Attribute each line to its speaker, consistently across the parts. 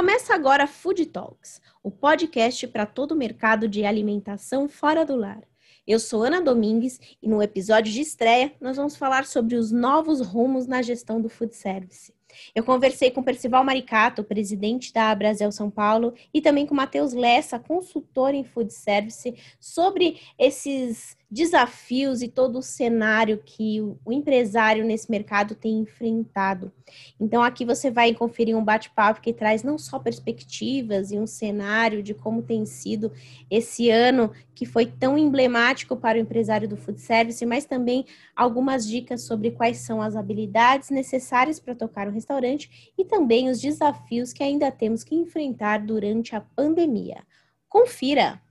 Speaker 1: Começa agora Food Talks, o podcast para todo o mercado de alimentação fora do lar. Eu sou Ana Domingues e no episódio de estreia nós vamos falar sobre os novos rumos na gestão do food service. Eu conversei com Percival Maricato, presidente da Abrazel São Paulo, e também com Matheus Lessa, consultor em food service, sobre esses desafios e todo o cenário que o empresário nesse mercado tem enfrentado. Então aqui você vai conferir um bate-papo que traz não só perspectivas e um cenário de como tem sido esse ano que foi tão emblemático para o empresário do food service, mas também algumas dicas sobre quais são as habilidades necessárias para tocar um restaurante e também os desafios que ainda temos que enfrentar durante a pandemia. Confira!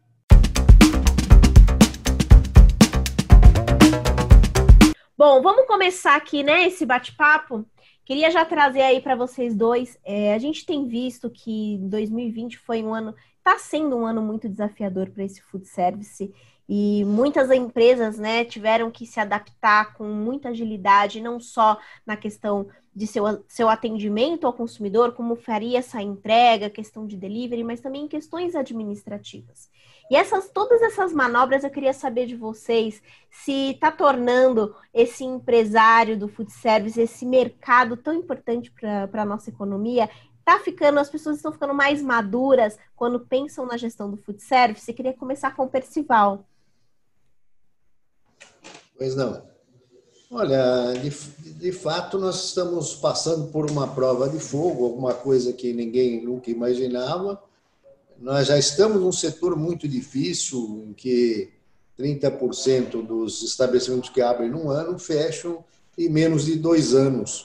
Speaker 1: Bom, vamos começar aqui, né, esse bate-papo. Queria já trazer aí para vocês dois. A gente tem visto que 2020 foi um ano, está sendo um ano muito desafiador para esse food service. E muitas empresas, né, tiveram que se adaptar com muita agilidade, não só na questão de seu atendimento ao consumidor, como faria essa entrega, questão de delivery, mas também em questões administrativas. E todas essas manobras eu queria saber de vocês se está tornando esse empresário do food service, esse mercado tão importante para a nossa economia, as pessoas estão ficando mais maduras quando pensam na gestão do food service. Eu queria começar com o Percival.
Speaker 2: Pois não. Olha, de fato, nós estamos passando por uma prova de fogo, alguma coisa que ninguém nunca imaginava. Nós já estamos num setor muito difícil, em que 30% dos estabelecimentos que abrem num ano fecham em menos de 2 anos.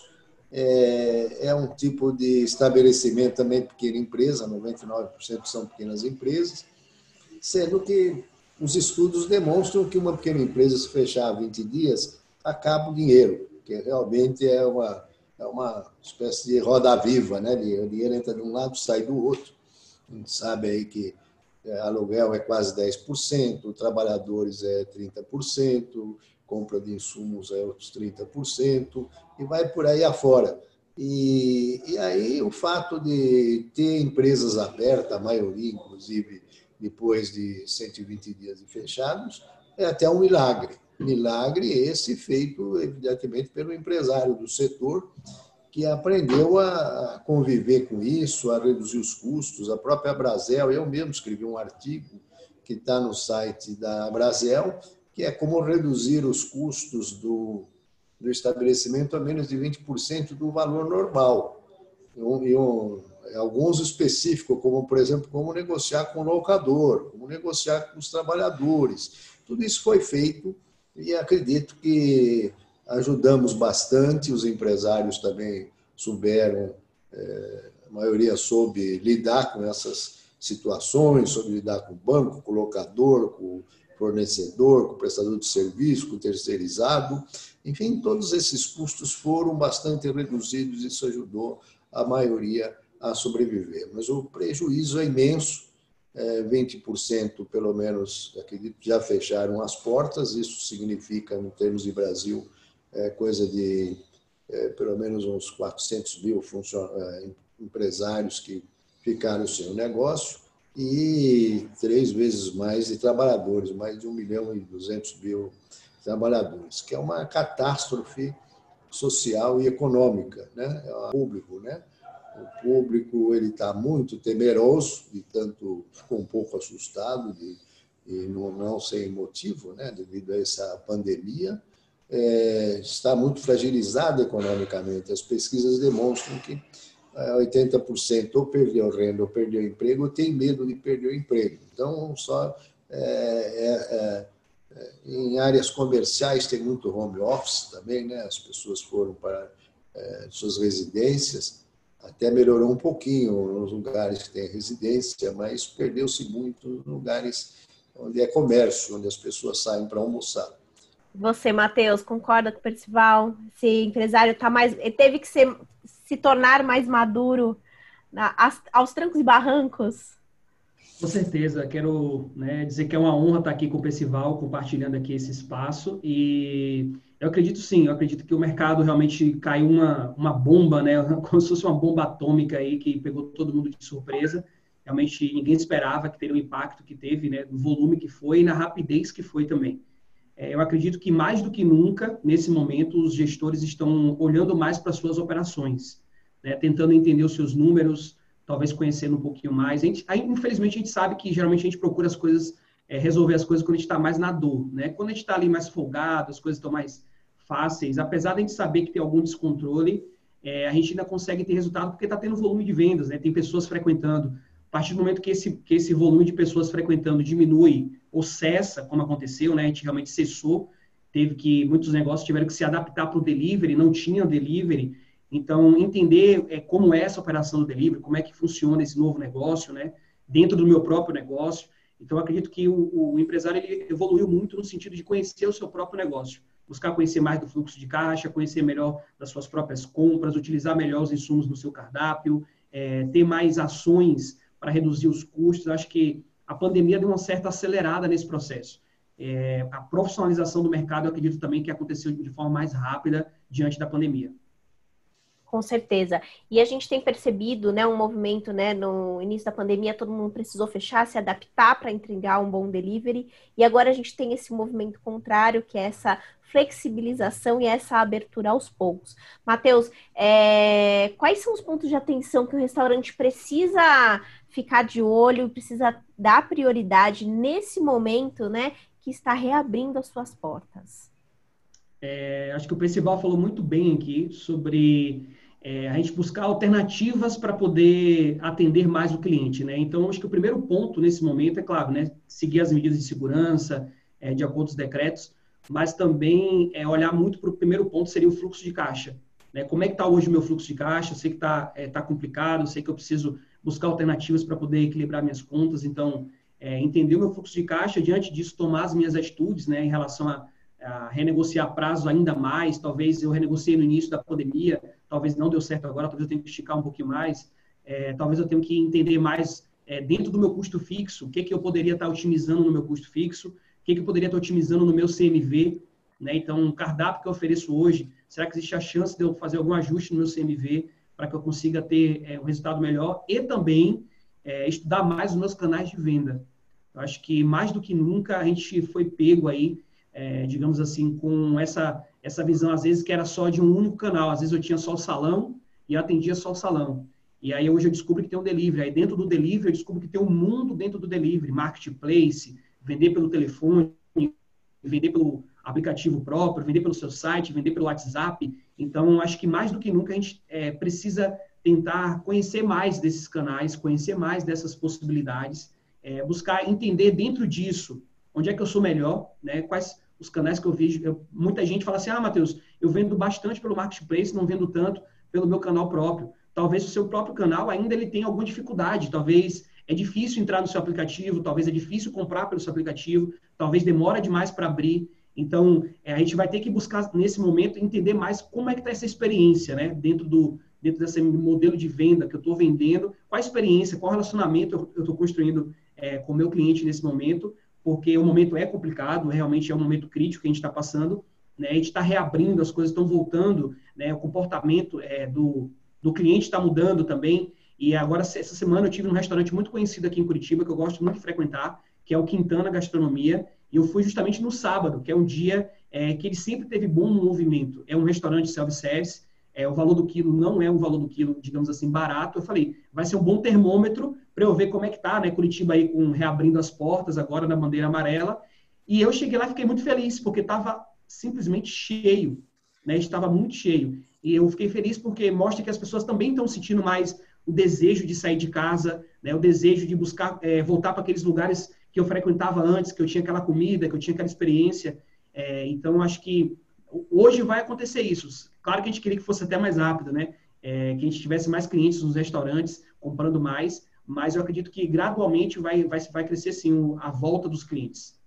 Speaker 2: É um tipo de estabelecimento também pequena empresa, 99% são pequenas empresas, sendo que os estudos demonstram que uma pequena empresa, se fechar 20 dias, acaba o dinheiro, que realmente é uma espécie de roda viva, né? O dinheiro entra de um lado, sai do outro. A gente sabe aí que aluguel é quase 10%, trabalhadores é 30%, compra de insumos é outros 30%, e vai por aí afora. E aí o fato de ter empresas abertas, a maioria, inclusive, depois de 120 dias de fechados, é até um milagre. Milagre esse feito, evidentemente, pelo empresário do setor, que aprendeu a conviver com isso, a reduzir os custos. A própria Abrazel, eu mesmo escrevi um artigo que está no site da Abrazel, que é como reduzir os custos do estabelecimento a menos de 20% do valor normal. Alguns específicos, como, por exemplo, como negociar com o locador, como negociar com os trabalhadores. Tudo isso foi feito e acredito que ajudamos bastante, os empresários também souberam, a maioria soube lidar com essas situações, soube lidar com o banco, com o locador, com o fornecedor, com o prestador de serviço, com o terceirizado. Enfim, todos esses custos foram bastante reduzidos e isso ajudou a maioria a sobreviver. Mas o prejuízo é imenso, 20% pelo menos, acredito, já fecharam as portas. Isso significa, em termos de Brasil, coisa de pelo menos uns 400 mil empresários que ficaram sem o negócio e 3 vezes mais de trabalhadores, mais de 1.200.000 trabalhadores, que é uma catástrofe social e econômica, né? É o público, né? O público ele está muito temeroso e tanto ficou um pouco assustado e não sem motivo, né? Devido a essa pandemia. Está muito fragilizado economicamente. As pesquisas demonstram que 80% ou perdeu renda ou perdeu emprego ou tem medo de perder o emprego. Então, só em áreas comerciais tem muito home office também, né? As pessoas foram para suas residências, até melhorou um pouquinho nos lugares que tem residência, mas perdeu-se muito nos lugares onde é comércio, onde as pessoas saem para almoçar.
Speaker 1: Você, Matheus, concorda com o Percival? Esse empresário ele teve que se tornar mais maduro aos trancos e barrancos?
Speaker 3: Com certeza, quero dizer que é uma honra estar aqui com o Percival, compartilhando aqui esse espaço. E Eu acredito sim, eu acredito que o mercado realmente caiu uma bomba, né? Como se fosse uma bomba atômica aí que pegou todo mundo de surpresa. Realmente ninguém esperava que teria o impacto que teve, né? Do volume que foi e na rapidez que foi também. Eu acredito que mais do que nunca, nesse momento, os gestores estão olhando mais para suas operações, né? Tentando entender os seus números, talvez conhecendo um pouquinho mais. Infelizmente, a gente sabe que geralmente a gente procura as coisas, resolver as coisas quando a gente está mais na dor, né? Quando a gente está ali mais folgado, as coisas estão mais fáceis, apesar de a gente saber que tem algum descontrole, a gente ainda consegue ter resultado porque está tendo volume de vendas, né? Tem pessoas frequentando. A partir do momento que esse volume de pessoas frequentando diminui ou cessa, como aconteceu, né? A gente realmente cessou, muitos negócios tiveram que se adaptar para o delivery, não tinha delivery. Então, entender como é essa operação do delivery, como é que funciona esse novo negócio, né? Dentro do meu próprio negócio. Então, acredito que o empresário ele evoluiu muito no sentido de conhecer o seu próprio negócio, buscar conhecer mais do fluxo de caixa, conhecer melhor das suas próprias compras, utilizar melhor os insumos no seu cardápio, ter mais ações para reduzir os custos. Acho que a pandemia deu uma certa acelerada nesse processo. A profissionalização do mercado, eu acredito também que aconteceu de forma mais rápida diante da pandemia.
Speaker 1: Com certeza. E a gente tem percebido, né, um movimento, né, no início da pandemia, todo mundo precisou fechar, se adaptar para entregar um bom delivery. E agora a gente tem esse movimento contrário, que é essa flexibilização e essa abertura aos poucos. Matheus, quais são os pontos de atenção que o restaurante precisa ficar de olho, precisa dar prioridade nesse momento, né, que está reabrindo as suas portas?
Speaker 3: Acho que o principal falou muito bem aqui sobre a gente buscar alternativas para poder atender mais o cliente, né? Então, acho que o primeiro ponto nesse momento é, claro, né, seguir as medidas de segurança, de acordo com os decretos, mas também olhar muito para o primeiro ponto, seria o fluxo de caixa, né? Como é que está hoje o meu fluxo de caixa? Eu sei que tá complicado, eu sei que eu preciso buscar alternativas para poder equilibrar minhas contas, então, entender o meu fluxo de caixa, diante disso, tomar as minhas atitudes, né, em relação a renegociar prazo ainda mais, talvez eu renegociei no início da pandemia, talvez não deu certo agora, talvez eu tenha que esticar um pouquinho mais, talvez eu tenha que entender mais dentro do meu custo fixo, o que eu poderia estar otimizando no meu custo fixo, o que eu poderia estar otimizando no meu CMV, né? Então, um cardápio que eu ofereço hoje, será que existe a chance de eu fazer algum ajuste no meu CMV para que eu consiga ter um resultado melhor e também estudar mais os meus canais de venda. Eu acho que mais do que nunca a gente foi pego aí, digamos assim, com essa visão, às vezes, que era só de um único canal. Às vezes eu tinha só o salão e eu atendia só o salão. E aí hoje eu descubro que tem um delivery. Aí dentro do delivery eu descubro que tem um mundo dentro do delivery. Marketplace, vender pelo telefone, vender pelo aplicativo próprio, vender pelo seu site, vender pelo WhatsApp. Então, acho que mais do que nunca a gente precisa tentar conhecer mais desses canais, conhecer mais dessas possibilidades, buscar entender dentro disso onde é que eu sou melhor, né? Quais os canais que eu vejo. Muita gente fala assim, Matheus, eu vendo bastante pelo Marketplace, não vendo tanto pelo meu canal próprio. Talvez o seu próprio canal ainda ele tenha alguma dificuldade, talvez é difícil entrar no seu aplicativo, talvez é difícil comprar pelo seu aplicativo, talvez demora demais para abrir. Então, a gente vai ter que buscar, nesse momento, entender mais como é que está essa experiência, né? Dentro desse modelo de venda que eu estou vendendo, qual a experiência, qual relacionamento eu estou construindo com o meu cliente nesse momento, porque o momento é complicado, realmente é um momento crítico que a gente está passando, né? A gente está reabrindo, as coisas estão voltando, né? O comportamento do cliente está mudando também. E agora, essa semana, eu tive num restaurante muito conhecido aqui em Curitiba, que eu gosto muito de frequentar, que é o Quintana Gastronomia, e eu fui justamente no sábado, que é um dia que ele sempre teve bom movimento. É um restaurante self-service, o valor do quilo não é um valor do quilo, digamos assim, barato. Eu falei, vai ser um bom termômetro para eu ver como é que tá, né? Curitiba aí reabrindo as portas agora na bandeira amarela. E eu cheguei lá e fiquei muito feliz, porque estava simplesmente cheio, né? Estava muito cheio. E eu fiquei feliz porque mostra que as pessoas também estão sentindo mais o desejo de sair de casa, né? O desejo de buscar voltar para aqueles lugares que eu frequentava antes, que eu tinha aquela comida, que eu tinha aquela experiência. Então, acho que hoje vai acontecer isso. Claro que a gente queria que fosse até mais rápido, né? Que a gente tivesse mais clientes nos restaurantes, comprando mais, mas eu acredito que gradualmente vai crescer, sim, a volta dos clientes.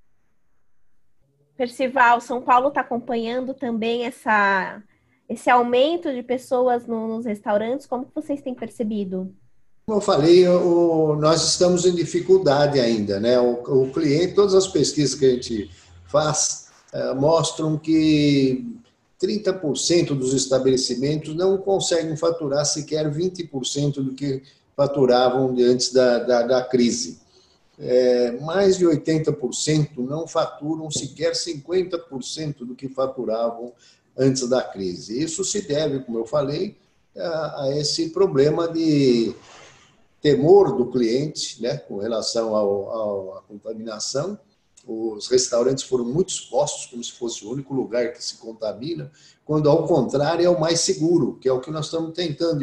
Speaker 1: Percival, São Paulo está acompanhando também esse aumento de pessoas nos restaurantes? Como que vocês têm percebido?
Speaker 2: Como eu falei, nós estamos em dificuldade ainda, né? O cliente, todas as pesquisas que a gente faz, mostram que 30% dos estabelecimentos não conseguem faturar sequer 20% do que faturavam antes da crise. Mais de 80% não faturam sequer 50% do que faturavam antes da crise. Isso se deve, como eu falei, a esse problema de temor do cliente, né, com relação à contaminação. Os restaurantes foram muito expostos, como se fosse o único lugar que se contamina, quando, ao contrário, é o mais seguro, que é o que nós estamos tentando.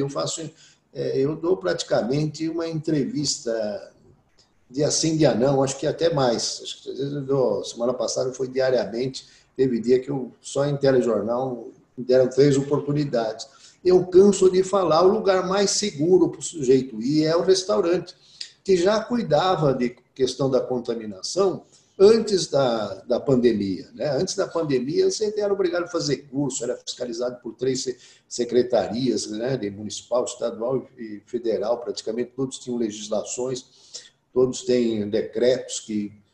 Speaker 2: Eu dou praticamente uma entrevista dia sim, dia não, acho que até mais. Acho que às vezes semana passada foi diariamente, teve dia que eu só em telejornal me deram 3 oportunidades. Eu canso de falar o lugar mais seguro para o sujeito ir é o restaurante, que já cuidava de questão da contaminação antes da pandemia. Né? Antes da pandemia, você era obrigado a fazer curso, era fiscalizado por 3 secretarias, né, de municipal, estadual e federal, praticamente todos tinham legislações, todos têm decretos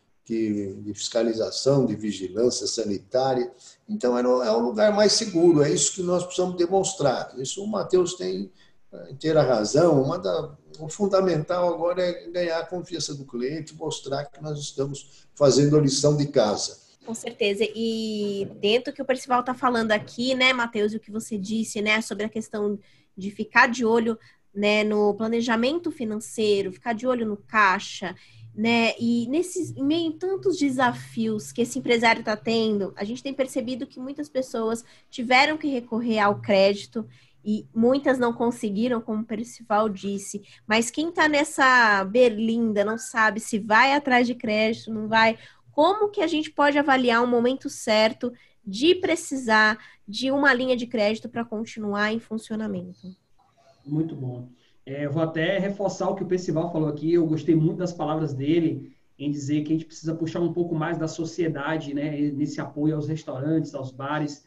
Speaker 2: de fiscalização, de vigilância sanitária. Então, é o lugar mais seguro, é isso que nós precisamos demonstrar. Isso o Matheus tem inteira razão. O fundamental agora é ganhar a confiança do cliente, mostrar que nós estamos fazendo a lição de casa.
Speaker 1: Com certeza. E dentro do que o Percival está falando aqui, né, Matheus, e o que você disse, né, sobre a questão de ficar de olho, né, no planejamento financeiro, ficar de olho no caixa, né, e em meio a tantos desafios que esse empresário está tendo, a gente tem percebido que muitas pessoas tiveram que recorrer ao crédito e muitas não conseguiram, como o Percival disse, mas quem está nessa berlinda não sabe se vai atrás de crédito, não vai. Como que a gente pode avaliar um momento certo de precisar de uma linha de crédito para continuar em funcionamento?
Speaker 3: Muito bom. Eu vou até reforçar o que o Percival falou aqui. Eu gostei muito das palavras dele em dizer que a gente precisa puxar um pouco mais da sociedade, né, nesse apoio aos restaurantes, aos bares.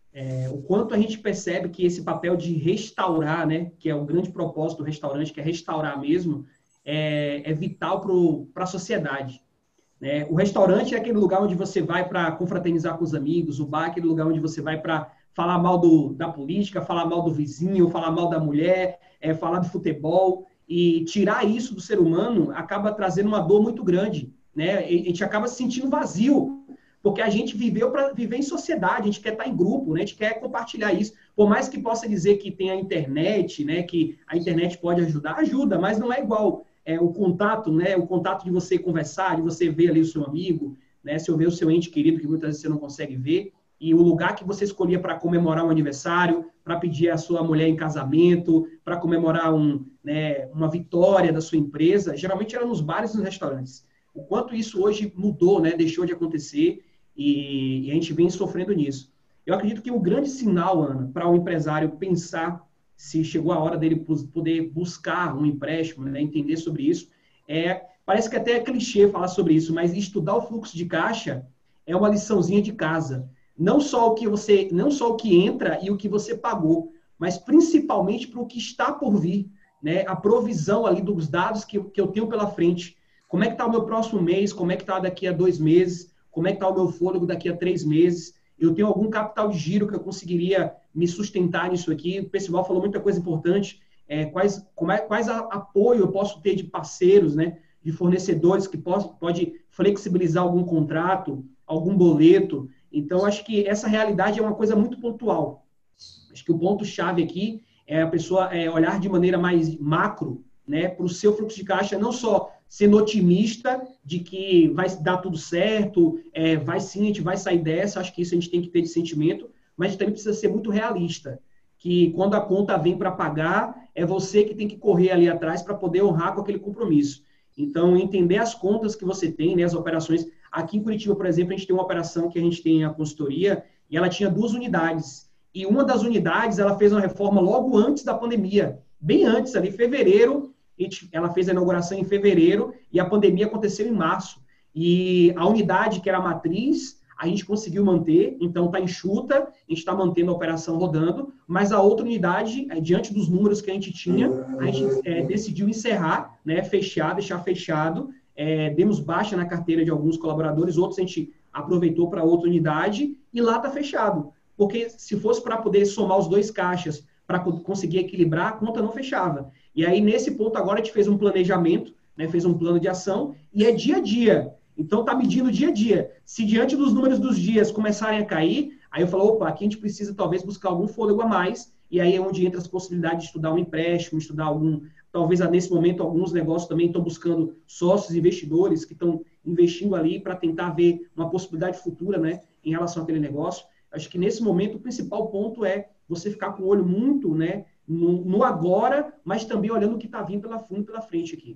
Speaker 3: O quanto a gente percebe que esse papel de restaurar, né, que é o grande propósito do restaurante, que é restaurar mesmo, é vital para a sociedade. Né? O restaurante é aquele lugar onde você vai para confraternizar com os amigos, o bar é aquele lugar onde você vai para falar mal da política, falar mal do vizinho, falar mal da mulher, falar do futebol, e tirar isso do ser humano acaba trazendo uma dor muito grande, né? A gente acaba se sentindo vazio, porque a gente viveu para viver em sociedade, a gente quer estar em grupo, né? A gente quer compartilhar isso. Por mais que possa dizer que tem a internet, né? Que a internet pode ajudar, ajuda, mas não é igual o contato, né? O contato de você conversar, de você ver ali o seu amigo, né? Se eu ver o seu ente querido, que muitas vezes você não consegue ver, e o lugar que você escolhia para comemorar um aniversário, para pedir a sua mulher em casamento, para comemorar uma vitória da sua empresa, geralmente era nos bares e nos restaurantes. O quanto isso hoje mudou, né? Deixou de acontecer, e a gente vem sofrendo nisso. Eu acredito que o grande sinal, Ana, para o empresário pensar se chegou a hora dele poder buscar um empréstimo, né? Entender sobre isso, parece que até é clichê falar sobre isso, mas estudar o fluxo de caixa é uma liçãozinha de casa. Não só o que entra e o que você pagou, mas principalmente para o que está por vir, né? A provisão ali dos dados que eu tenho pela frente. Como é que está o meu próximo mês? Como é que está daqui a 2 meses? Como é que está o meu fôlego daqui a 3 meses? Eu tenho algum capital de giro que eu conseguiria me sustentar nisso aqui? O Percival falou muita coisa importante. Quais apoio eu posso ter de parceiros, né? De fornecedores que pode flexibilizar algum contrato, algum boleto. Então, acho que essa realidade é uma coisa muito pontual. Acho que o ponto-chave aqui é a pessoa olhar de maneira mais macro, né, para o seu fluxo de caixa, não só sendo otimista de que vai dar tudo certo, vai sim, a gente vai sair dessa, acho que isso a gente tem que ter de sentimento, mas a gente também precisa ser muito realista, que quando a conta vem para pagar, é você que tem que correr ali atrás para poder honrar com aquele compromisso. Então, entender as contas que você tem, né, as operações. Aqui em Curitiba, por exemplo, a gente tem uma operação que a gente tem a consultoria e ela tinha 2 unidades. E uma das unidades, ela fez uma reforma logo antes da pandemia. Bem antes, ali em fevereiro, ela fez a inauguração em fevereiro e a pandemia aconteceu em março. E a unidade, que era a matriz, a gente conseguiu manter, então está enxuta, a gente está mantendo a operação rodando, mas a outra unidade, diante dos números que a gente tinha, a gente decidiu encerrar, né, deixar fechado, demos baixa na carteira de alguns colaboradores, outros a gente aproveitou para outra unidade e lá está fechado. Porque se fosse para poder somar os dois caixas, para conseguir equilibrar, a conta não fechava. E aí, nesse ponto, agora a gente fez um planejamento, né, fez um plano de ação, e é dia a dia. Então, está medindo dia a dia. Se diante dos números dos dias começarem a cair, aí eu falo, opa, aqui a gente precisa talvez buscar algum fôlego a mais, e aí é onde entra as possibilidades de estudar um empréstimo, estudar algum, talvez nesse momento alguns negócios também estão buscando sócios investidores que estão investindo ali para tentar ver uma possibilidade futura, né, em relação àquele negócio. Acho que nesse momento o principal ponto é você ficar com o olho muito, né, no agora, mas também olhando o que está vindo pela frente aqui.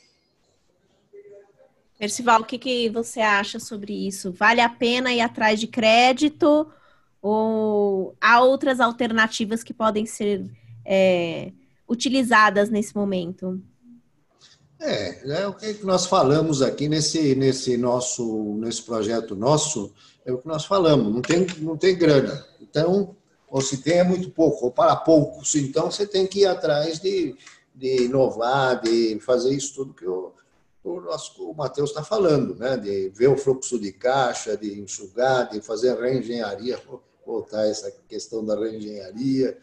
Speaker 1: Percival, o que você acha sobre isso? Vale a pena ir atrás de crédito ou há outras alternativas que podem ser utilizadas nesse momento?
Speaker 2: É o que nós falamos aqui nesse projeto nosso, é o que nós falamos, não tem grana. Então, ou se tem é muito pouco, ou para poucos, então você tem que ir atrás de inovar, de fazer isso tudo que o Matheus está falando, né? De ver o fluxo de caixa, de enxugar, de fazer a reengenharia, voltar essa questão da reengenharia,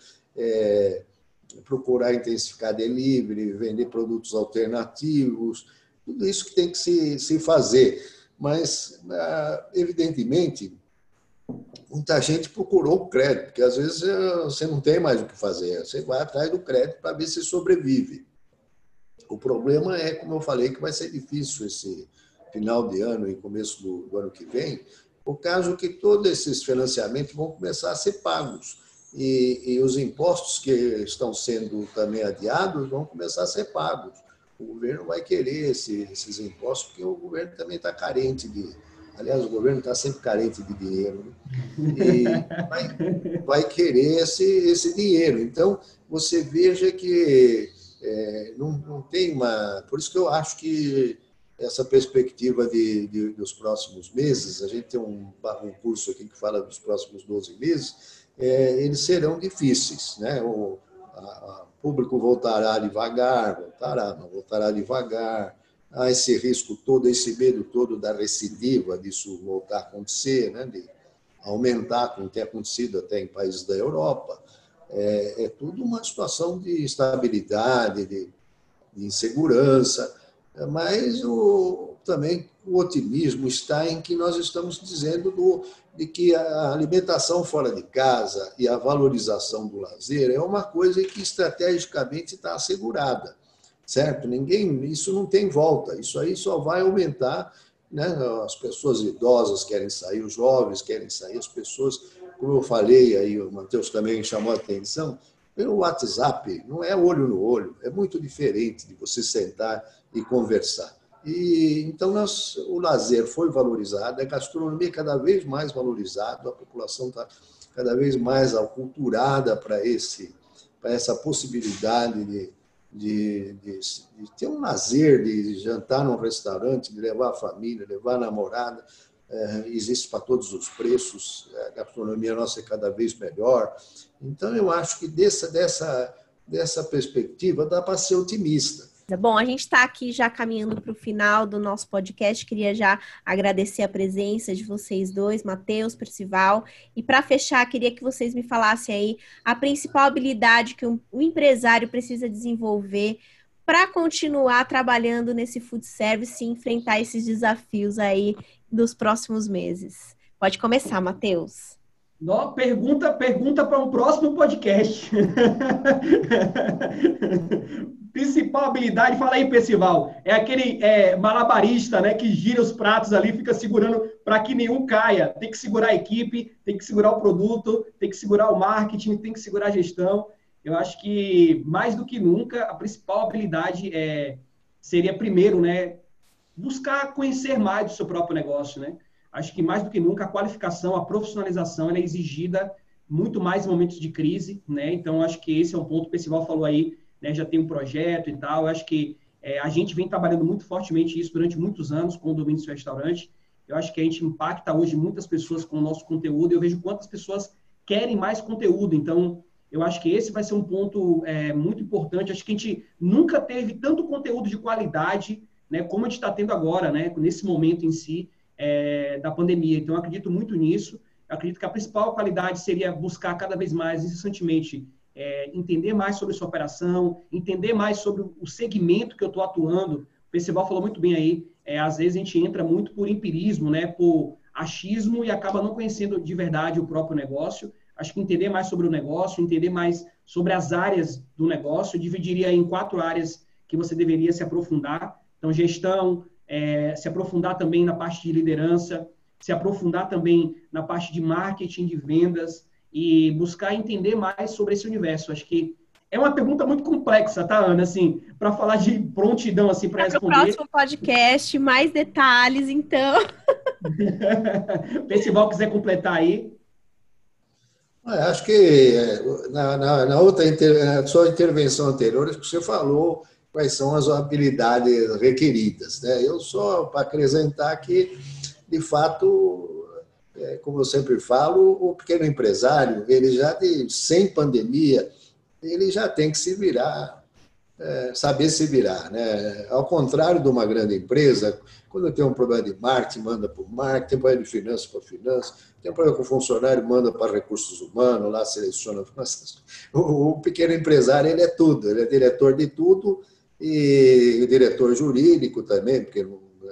Speaker 2: procurar intensificar delivery, vender produtos alternativos, tudo isso que tem que se fazer. Mas, evidentemente, muita gente procurou o crédito, porque às vezes você não tem mais o que fazer, você vai atrás do crédito para ver se sobrevive. O problema é, como eu falei, que vai ser difícil esse final de ano e começo do ano que vem, por causa que todos esses financiamentos vão começar a ser pagos. E os impostos que estão sendo também adiados vão começar a ser pagos. O governo vai querer esses impostos, porque o governo também está carente Aliás, o governo está sempre carente de dinheiro, né? E vai querer esse dinheiro. Então, você veja que não tem uma... Por isso que eu acho que essa perspectiva dos próximos meses, a gente tem um curso aqui que fala dos próximos 12 meses, eles serão difíceis, né? O público voltará devagar, mas voltará devagar. Há esse risco todo, esse medo todo da recidiva, disso voltar a acontecer, né? De aumentar, como tem acontecido até em países da Europa. É tudo uma situação de instabilidade, de insegurança, mas também o otimismo está em que nós estamos dizendo de que a alimentação fora de casa e a valorização do lazer é uma coisa que estrategicamente está assegurada, certo? Isso não tem volta, isso aí só vai aumentar, né? As pessoas idosas querem sair, os jovens querem sair, as pessoas, como eu falei, aí o Matheus também chamou a atenção, pelo WhatsApp, não é olho no olho, é muito diferente de você sentar e conversar. Então, o lazer foi valorizado, a gastronomia cada vez mais valorizada, a população está cada vez mais aculturada para essa possibilidade de ter um lazer, de jantar num restaurante, de levar a família, levar a namorada. Existe para todos os preços, a gastronomia nossa é cada vez melhor. Então, eu acho que dessa perspectiva dá para ser otimista.
Speaker 1: Bom, a gente está aqui já caminhando para o final do nosso podcast. Queria já agradecer a presença de vocês dois, Matheus, Percival. E para fechar, queria que vocês me falassem aí a principal habilidade que o empresário precisa desenvolver para continuar trabalhando nesse food service e enfrentar esses desafios aí dos próximos meses. Pode começar, Matheus.
Speaker 3: Pergunta para um próximo podcast. Principal habilidade, fala aí, Percival, é aquele malabarista, né, que gira os pratos ali, fica segurando para que nenhum caia. Tem que segurar a equipe, tem que segurar o produto, tem que segurar o marketing, tem que segurar a gestão. Eu acho que, mais do que nunca, a principal habilidade seria, primeiro, né, buscar conhecer mais do seu próprio negócio, né? Acho que, mais do que nunca, a qualificação, a profissionalização, ela é exigida muito mais em momentos de crise, né? Então, acho que esse é um ponto que o Percival falou aí, né? Já tem um projeto e tal. Acho que a gente vem trabalhando muito fortemente isso durante muitos anos com o domínio do seu restaurante. Eu acho que a gente impacta hoje muitas pessoas com o nosso conteúdo. Eu vejo quantas pessoas querem mais conteúdo. Então, eu acho que esse vai ser um ponto muito importante. Acho que a gente nunca teve tanto conteúdo de qualidade, né, como a gente está tendo agora, né, nesse momento em si. da pandemia. Então, eu acredito muito nisso. Eu acredito que a principal qualidade seria buscar cada vez mais, incessantemente, entender mais sobre sua operação, entender mais sobre o segmento que eu estou atuando. O Percival falou muito bem aí, às vezes a gente entra muito por empirismo, né, por achismo e acaba não conhecendo de verdade o próprio negócio. Acho que entender mais sobre o negócio, entender mais sobre as áreas do negócio, eu dividiria em 4 áreas que você deveria se aprofundar. Então, gestão, se aprofundar também na parte de liderança, se aprofundar também na parte de marketing, de vendas e buscar entender mais sobre esse universo. Acho que é uma pergunta muito complexa, tá, Ana? Assim, para falar de prontidão, assim, para responder.
Speaker 1: Para o próximo podcast, mais detalhes, então.
Speaker 3: O Percival quiser completar aí.
Speaker 2: Acho que na outra na sua intervenção anterior, acho que você falou quais são as habilidades requeridas, né? Eu só para acrescentar que, de fato, como eu sempre falo, o pequeno empresário, ele já sem pandemia, ele já tem que se virar, saber se virar, né? Ao contrário de uma grande empresa, quando tem um problema de marketing, manda para o marketing, tem problema de finanças para finanças, tem um problema com o funcionário, manda para recursos humanos, lá seleciona. O pequeno empresário, ele é tudo, ele é diretor de tudo e diretor jurídico também, porque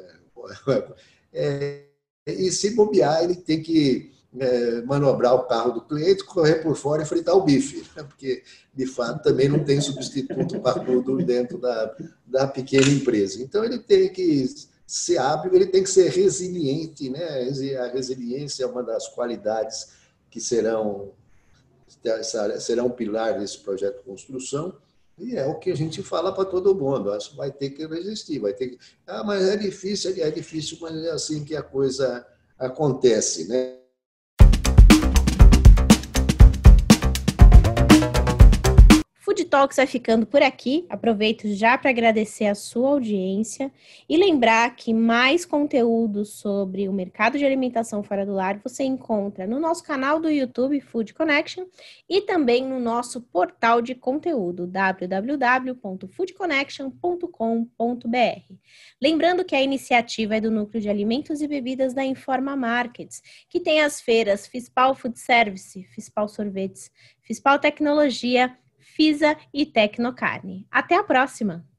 Speaker 2: e se bobear, ele tem que manobrar o carro do cliente, correr por fora e fritar o bife, né? Porque, de fato, também não tem substituto para tudo dentro da pequena empresa. Então, ele tem que ser hábil, ele tem que ser resiliente, né? A resiliência é uma das qualidades que serão um pilar desse projeto de construção, e é o que a gente fala para todo mundo. Acho que vai ter que resistir, vai ter que... mas é difícil, mas é assim que a coisa acontece, né?
Speaker 1: Food Talks vai ficando por aqui. Aproveito já para agradecer a sua audiência e lembrar que mais conteúdo sobre o mercado de alimentação fora do lar você encontra no nosso canal do YouTube Food Connection e também no nosso portal de conteúdo www.foodconnection.com.br. Lembrando que a iniciativa é do Núcleo de Alimentos e Bebidas da Informa Markets, que tem as feiras Fispal Food Service, Fispal Sorvetes, Fispal Tecnologia, Fisa e Tecnocarne. Até a próxima!